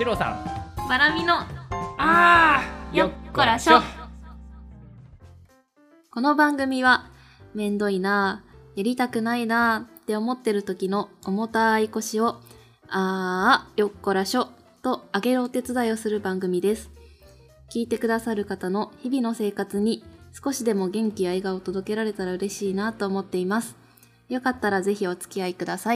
シロさんバラミのよっこらしょ。 この番組はめんどいなぁ、やりたくないなぁって思ってる時の重たい腰をよっこらしょと上げるお手伝いをする番組です。聞いてくださる方の日々の生活に少しでも元気や笑顔を届けられたら嬉しいなと思っています。よかったらぜひお付き合いください。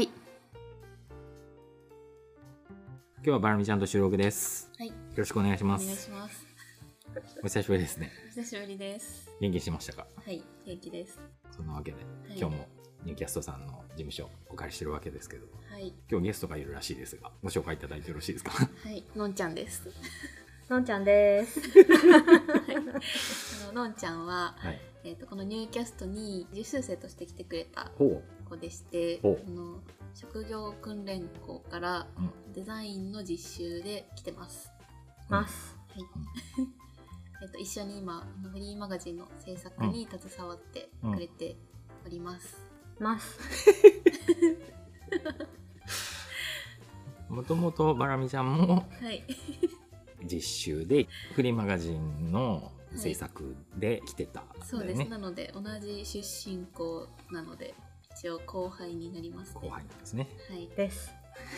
今日はバラミちゃんと収録です。 はい、 よろしくお願いしまお願いす。 します。 お久しぶりですね。 久しぶりです。 元気にしてましたか？ はい、元気です。 そんなわけで、 い今日もニューキャストさんの事務所お借りしてるわけですけど、 はい、 今日ゲストがいるらしいですが、ご紹介いただいてよろしいですか？ はい、のんちゃんです。 のんちゃんです。 のんちゃんは、 はい、 このニューキャストに実習生として来てくれたほ子でして、 ほう職業訓練校からデザインの実習で来てます。はい、一緒に今フリーマガジンの制作に携わってくれております。 もともとバラミちゃんもはい、 実習でフリーマガジンの制作で来てたんだよね。 そうです。なので同じ出身校なので一応後輩になりますね。 後輩なんですね。 はいです。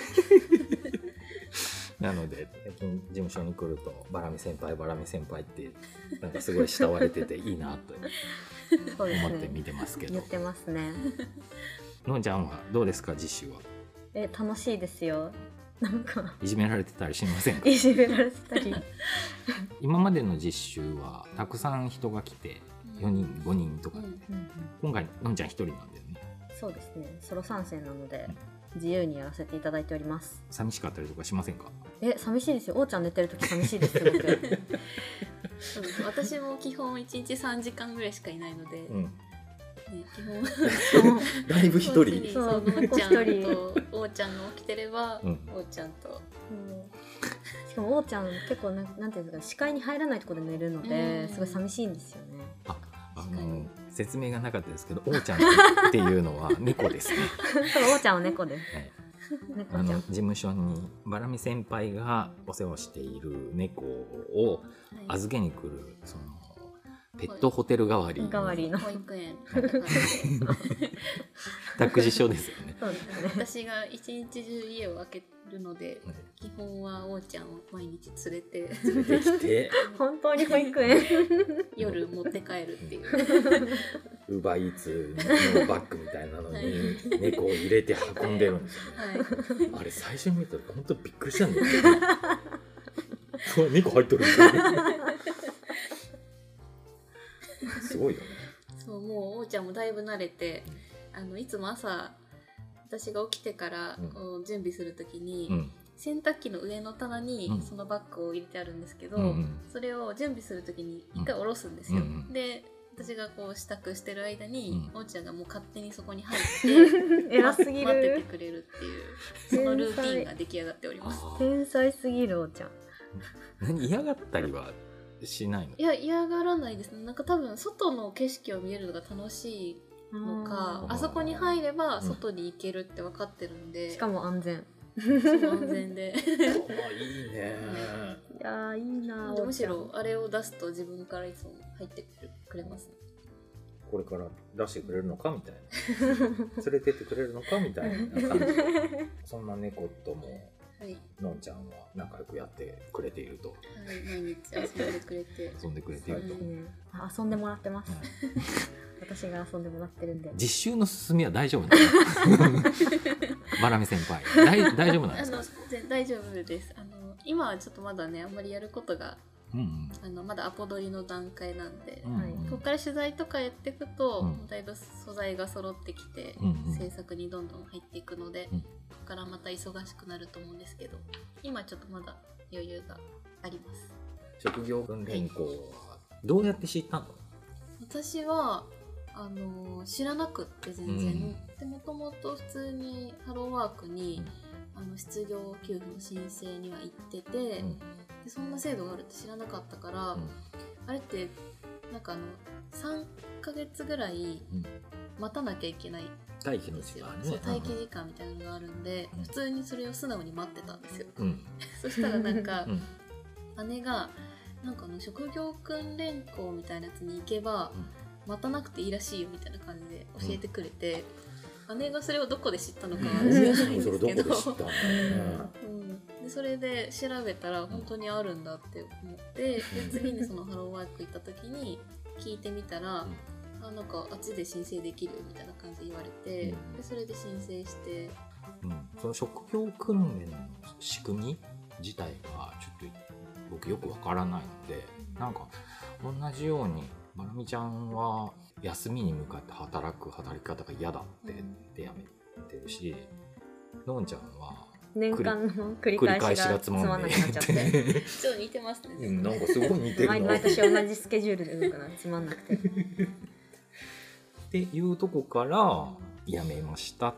なので最近事務所に来るとバラミ先輩ってなんかすごい慕われてていいなとそうです思ってね。 見てますけど、 言ってますね。 のんちゃんはどうですか？実習は楽しいですよ。なんかいじめられてたりしませんか？ いじめられてたり。 今までの実習はたくさん人が来て4人5人とか、今回のんちゃん1人なんだよね。 そうですね。ソロ参戦なので自由にやらせていただいております。 寂しかったりとかしませんか？ 寂しいですよ。おーちゃん寝てるとき寂しいです僕。 そうです。私も基本1日3時間ぐらいしかいないので、基本だいぶ一人そう、のんちゃんとおーちゃんが起きてれば、おーちゃんと、 しかもおーちゃん結構なんていうんですか、視界に入らないところで寝るのですごい寂しいんですよね。 説明がなかったですけど、おーちゃんっていうのは猫ですね。 そう、おーちゃんは猫です。猫ちゃん。 事務所にバラミ先輩がお世話している猫を預けに来る、そのペットホテル代わりの保育園託児所ですよね。 そうですね。 私が一日中家を空けるので、基本はおーちゃんを毎日連れてきて本当に保育園夜持って帰るっていうウーバーイーツのバッグみたいなのに猫を入れて運んでるんですよね。あれ最初に見たら本当びっくりしたんだけど猫入ってるんですよね。すごいよね。 そう、もうおーちゃんもだいぶ慣れて、いつも朝私が起きてからこう準備するときに、洗濯機の上の棚にそのバッグを入れてあるんですけど、それを準備するときに一回下ろすんですよ。で、私がこう支度してる間に、おーちゃんがもう勝手にそこに入って偉すぎる待っててくれるっていう、そのルーティンが出来上がっております。 天才すぎるおーちゃん。 何、嫌がったりはしないの？ いや、嫌がらないですね。なんか多分外の景色を見えるのが楽しいのか、あそこに入れば外に行けるって分かってるんで、 しかも安全。 そう安全でいいね。 いやいいな。 むしろあれを出すと自分からいつも入ってくれますね。 これから出してくれるのかみたいな、連れてってくれるのかみたいな感じ。そんな猫とものんちゃんは仲良くやってくれていると。 毎日遊んでくれていると。 遊んでもらってます。私が遊んでもらってるんで。 実習の進みは大丈夫なの？バラミ先輩、大丈夫なんですか？ 大丈夫です。今はちょっとまだね、あんまりやることが、まだアポ取りの段階なんで、ここから取材とかやっていくと、だいぶ素材が揃ってきて、制作にどんどん入っていくので、ここからまた忙しくなると思うんですけど、今ちょっとまだ余裕があります。 職業訓練校はどうやって知ったの？ 私は知らなくって全然、でもともと普通にハローワークに、失業給付の申請には行ってて、でそんな制度があるって知らなかったから、あれってなんか3ヶ月ぐらい待たなきゃいけない待機の時間ね。 待機時間みたいなのがあるんで、普通にそれを素直に待ってたんですよ。そしたらなんか、姉がなんか職業訓練校みたいなやつに行けば、待たなくていいらしいよみたいな感じで教えてくれて、姉がそれをどこで知ったのかは知らないんですけど、でそれで調べたら本当にあるんだって思って、で次にそのハローワーク行った時に聞いてみたら、なんかあっちで申請できるみたいな感じで言われて、でそれで申請して、 その職業訓練の仕組み自体がちょっと僕よくわからないので、なんか同じようにまなみちゃんは休みに向かって働き方が嫌だって言ってやめてるし、のんちゃんは年間の繰り返しがつまんなくなっちゃってちょっと似てますね。 なんかすごい似てるな毎年同じスケジュールで動くな、つまんなくてっていうとこからやめましたって。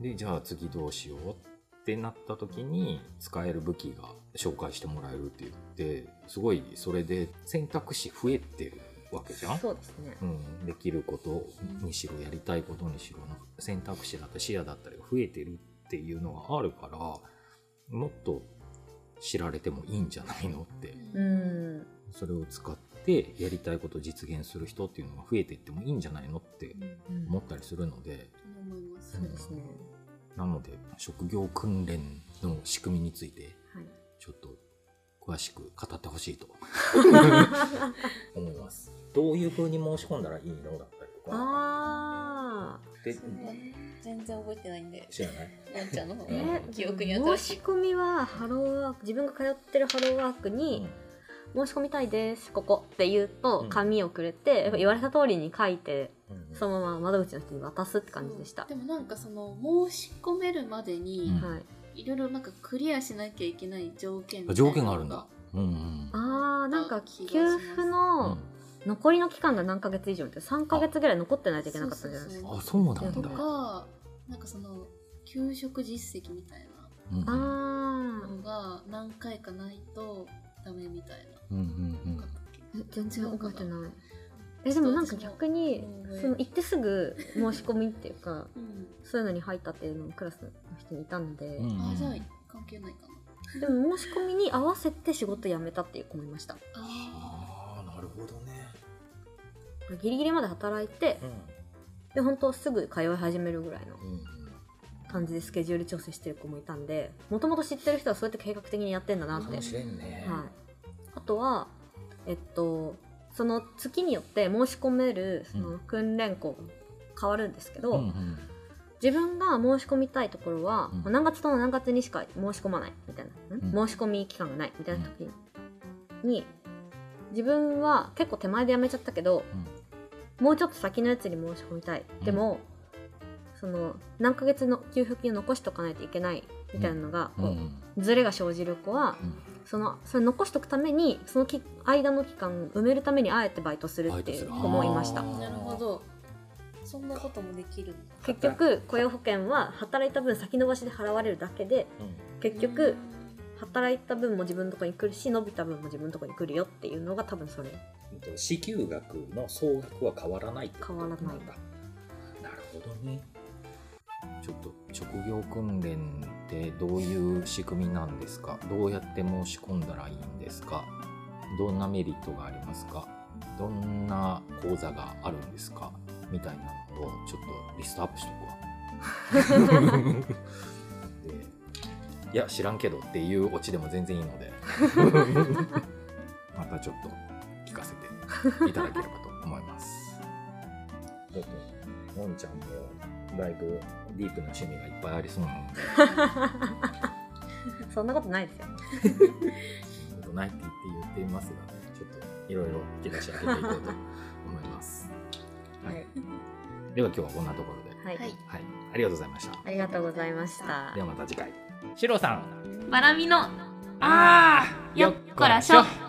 でじゃあ次どうしようってなった時に使える武器が紹介してもらえるって言って、すごいそれで選択肢増えてるわけじゃん。 そうですね、 できることにしろやりたいことにしろの選択肢だったり視野だったりが増えてるっていうのがあるから、もっと知られてもいいんじゃないのって、それを使ってやりたいことを実現する人っていうのが増えていってもいいんじゃないのって思ったりするので、 そうですね。 なので職業訓練の仕組みについてちょっと詳しく語ってほしいと思います。どういう風に申し込んだらいいのだったりとか。で全然覚えてないんで知らない。 のんちゃんの方が記憶に新しい。 申し込みはハローワーク、自分が通ってるハローワークに、申し込みたいですここって言うと紙をくれて、言われた通りに書いて、そのまま窓口の人に渡すって感じでした。 でもなんかその申し込めるまでに、いろいろなんかクリアしなきゃいけない条件があるんだ。 なんか給付の残りの期間が何ヶ月以上みたいな、3ヶ月ぐらい残ってないといけなかったじゃないですか。 そうなんだ。 とかなんかその給食実績みたいなのが何回かないとダメみたいな。 全然覚えてない。でもなんか逆にその行ってすぐ申し込みっていうか、そういうのに入ったっていうのもクラスの人にいたので、 じゃあ関係ないかな。 でも申し込みに合わせて仕事辞めたっていう子もいました。 なるほどね。 ギリギリまで働いて、で本当すぐ通い始めるぐらいの感じでスケジュール調整してる子もいたんで、もともと知ってる人はそうやって計画的にやってんだなって。 かもしれんね。 あとはその月によって申し込めるその訓練校が変わるんですけど、自分が申し込みたいところは、何月と何月にしか申し込まないみたいな、申し込み期間がないみたいな時に、自分は結構手前でやめちゃったけど、もうちょっと先のやつに申し込みたい、でもその何ヶ月の給付金を残しとかないといけないみたいなのが、ズレが生じる子は、それ残しとくためにその間の期間埋めるためにあえてバイトするっていう子もいました。 なるほど。そんなこともできるんだ。 結局雇用保険は働いた分先延ばしで払われるだけで、結局働いた分も自分のところに来るし、伸びた分も自分のところに来るよっていうのが多分それ。 支給額の総額は変わらないってことなんだ。 変わらない。 なるほどね。ちょっと職業訓練ってどういう仕組みなんですか？どうやって申し込んだらいいんですか？どんなメリットがありますか？どんな講座があるんですか？みたいなのをちょっとリストアップしとくわ。で、いや知らんけどっていうオチでも全然いいのでまたちょっと聞かせていただければと思います。のんちゃんもだいぶディープな趣味がいっぱいありそうなのでそんなことないですよ。 そんなことないって言っていますが、ちょっといろいろ引き出し上げていこうと思います。はい、では今日はこんなところで、 はい、 ありがとうございました。 ありがとうございました。 ではまた次回。シロさん、 まなみのよっこらしょ。